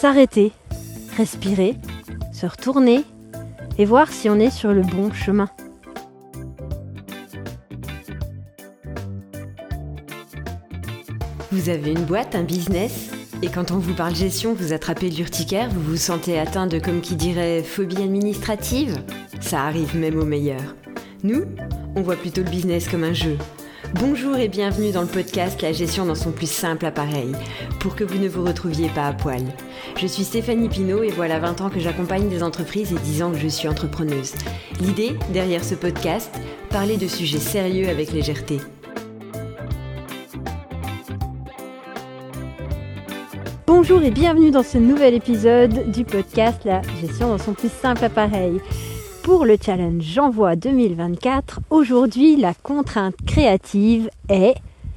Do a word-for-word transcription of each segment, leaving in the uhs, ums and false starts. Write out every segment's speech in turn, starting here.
s'arrêter, respirer, se retourner et voir si on est sur le bon chemin. Vous avez une boîte, un business, et quand on vous parle gestion, vous attrapez de l'urticaire, vous vous sentez atteint de, comme qui dirait, phobie administrative? Ça arrive même aux meilleurs. Nous, on voit plutôt le business comme un jeu. Bonjour et bienvenue dans le podcast La gestion dans son plus simple appareil, pour que vous ne vous retrouviez pas à poil. Je suis Stéphanie Pinault et voilà vingt ans que j'accompagne des entreprises et dix ans que je suis entrepreneuse. L'idée, derrière ce podcast, parler de sujets sérieux avec légèreté. Bonjour et bienvenue dans ce nouvel épisode du podcast La gestion dans son plus simple appareil. Pour le challenge J'envoie deux mille vingt-quatre, aujourd'hui la contrainte créative est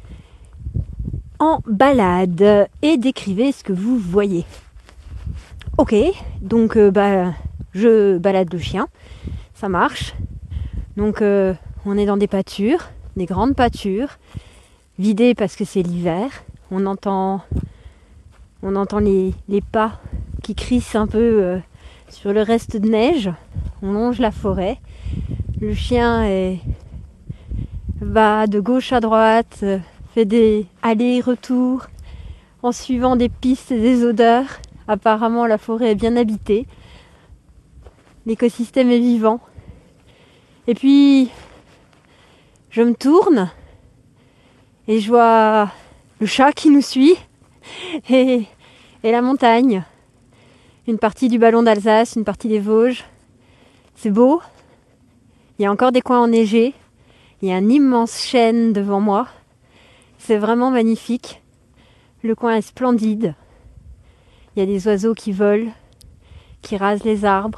en balade et décrivez ce que vous voyez. Ok, donc euh, bah, je balade le chien, ça marche. Donc euh, on est dans des pâtures, des grandes pâtures, vidées parce que c'est l'hiver. On entend, on entend les, les pas qui crissent un peu euh, sur le reste de neige. On longe la forêt. Le chien est... va de gauche à droite, euh, fait des allers-retours en suivant des pistes et des odeurs. Apparemment, la forêt est bien habitée. L'écosystème est vivant. Et puis, je me tourne et je vois le chat qui nous suit et, et la montagne. Une partie du ballon d'Alsace, une partie des Vosges. C'est beau. Il y a encore des coins enneigés. Il y a un immense chêne devant moi. C'est vraiment magnifique. Le coin est splendide. Il y a des oiseaux qui volent, qui rasent les arbres.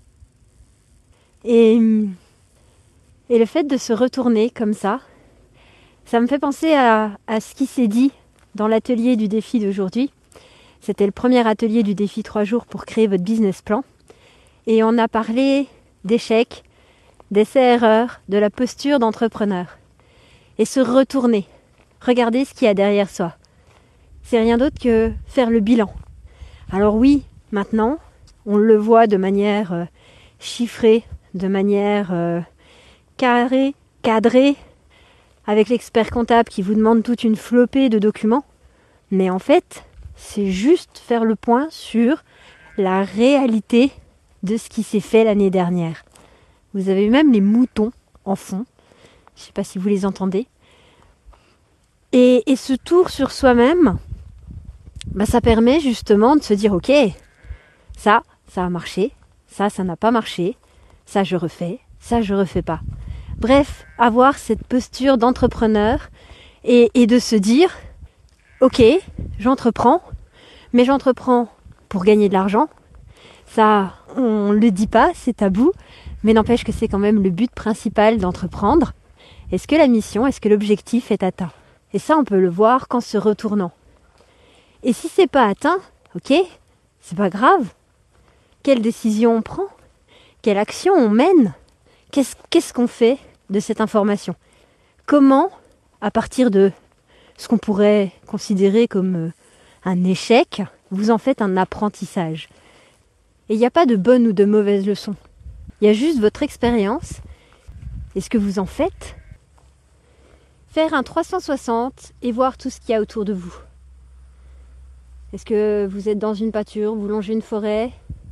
Et, et le fait de se retourner comme ça, ça me fait penser à, à ce qui s'est dit dans l'atelier du défi d'aujourd'hui. C'était le premier atelier du défi trois jours pour créer votre business plan. Et on a parlé d'échecs, d'essais-erreurs, de la posture d'entrepreneur. Et se retourner, regarder ce qu'il y a derrière soi. C'est rien d'autre que faire le bilan. Alors oui, maintenant, on le voit de manière euh, chiffrée, de manière euh, carrée, cadrée, avec l'expert comptable qui vous demande toute une flopée de documents. Mais en fait, c'est juste faire le point sur la réalité de ce qui s'est fait l'année dernière. Vous avez même les moutons en fond. Je ne sais pas si vous les entendez. Et, et ce tour sur soi-même, bah, ça permet justement de se dire ok, ça, ça a marché, ça, ça n'a pas marché, ça je refais, ça je refais pas. Bref, avoir cette posture d'entrepreneur et, et de se dire ok, j'entreprends, mais j'entreprends pour gagner de l'argent. Ça, on ne le dit pas, c'est tabou, mais n'empêche que c'est quand même le but principal d'entreprendre. Est-ce que la mission, est-ce que l'objectif est atteint? Et ça, on peut le voir qu'en se retournant. Et si c'est pas atteint, ok, c'est pas grave. Quelle décision on prend? Quelle action on mène? Qu'est-ce, qu'est-ce qu'on fait de cette information? Comment, à partir de ce qu'on pourrait considérer comme un échec, vous en faites un apprentissage? Et il n'y a pas de bonne ou de mauvaise leçon. Il y a juste votre expérience et ce que vous en faites. Faire un trois cent soixante et voir tout ce qu'il y a autour de vous. Est-ce que vous êtes dans une pâture, vous longez une forêt?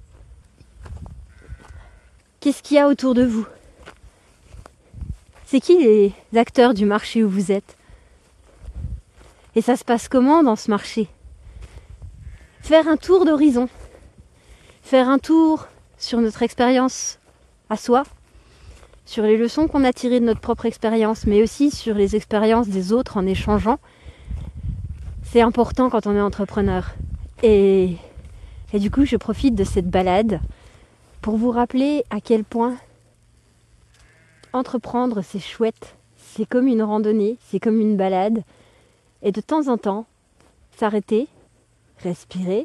Qu'est-ce qu'il y a autour de vous? C'est qui les acteurs du marché où vous êtes? Et ça se passe comment dans ce marché? Faire un tour d'horizon. Faire un tour sur notre expérience à soi, sur les leçons qu'on a tirées de notre propre expérience, mais aussi sur les expériences des autres en échangeant. C'est important quand on est entrepreneur. Et, et du coup, je profite de cette balade pour vous rappeler à quel point entreprendre, c'est chouette. C'est comme une randonnée, c'est comme une balade. Et de temps en temps, s'arrêter, respirer,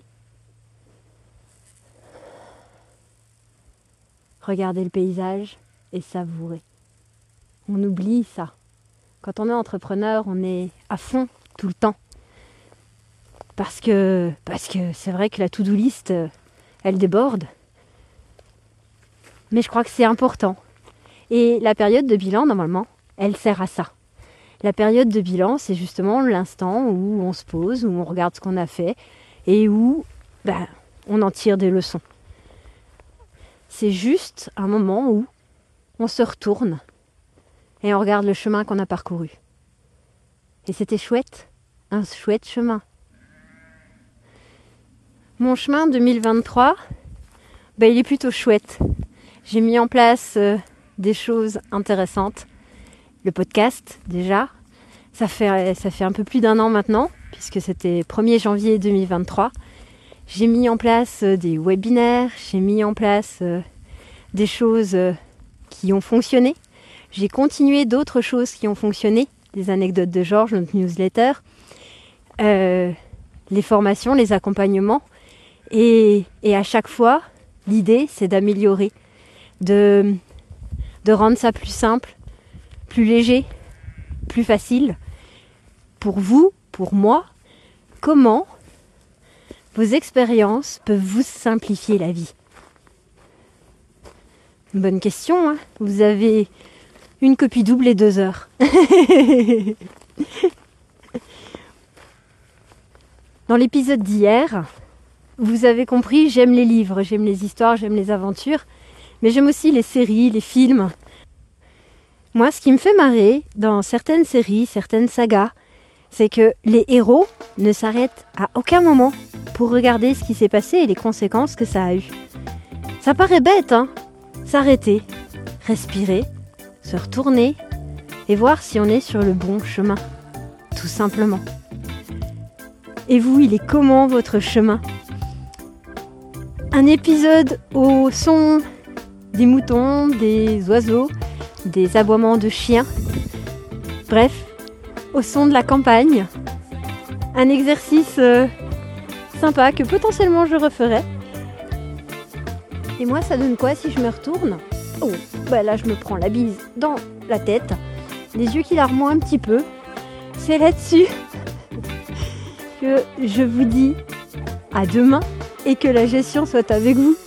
regarder le paysage et savourer. On oublie ça. Quand on est entrepreneur, on est à fond tout le temps. parce que, parce que c'est vrai que la to-do list, elle déborde. Mais je crois que c'est important. Et la période de bilan, normalement, elle sert à ça. La période de bilan, c'est justement l'instant où on se pose, où on regarde ce qu'on a fait et où ben, on en tire des leçons. C'est juste un moment où on se retourne et on regarde le chemin qu'on a parcouru. Et c'était chouette, un chouette chemin. Mon chemin deux mille vingt-trois, ben, il est plutôt chouette. J'ai mis en place euh, des choses intéressantes. Le podcast, déjà, ça fait, ça fait un peu plus d'un an maintenant, puisque c'était premier janvier deux mille vingt-trois. J'ai mis en place euh, des webinaires, j'ai mis en place euh, des choses euh, qui ont fonctionné. J'ai continué d'autres choses qui ont fonctionné, des anecdotes de Georges, notre newsletter, euh, les formations, les accompagnements. Et, et à chaque fois, l'idée, c'est d'améliorer, de, de rendre ça plus simple, plus léger, plus facile. Pour vous, pour moi, comment vos expériences peuvent vous simplifier la vie ? Une bonne question, hein ? Vous avez une copie double et deux heures. Dans l'épisode d'hier, vous avez compris, j'aime les livres, j'aime les histoires, j'aime les aventures, mais j'aime aussi les séries, les films. Moi, ce qui me fait marrer dans certaines séries, certaines sagas, c'est que les héros ne s'arrêtent à aucun moment pour regarder ce qui s'est passé et les conséquences que ça a eu. Ça paraît bête, hein ? S'arrêter, respirer, se retourner et voir si on est sur le bon chemin, tout simplement. Et vous, il est comment votre chemin ? Un épisode au son des moutons, des oiseaux, des aboiements de chiens. Bref, au son de la campagne. Un exercice euh, sympa que potentiellement je referais. Et moi, ça donne quoi si je me retourne ? Oh, bah là, je me prends la bise dans la tête, les yeux qui larmoient un petit peu. C'est là-dessus que je vous dis à demain et que la gestion soit avec vous.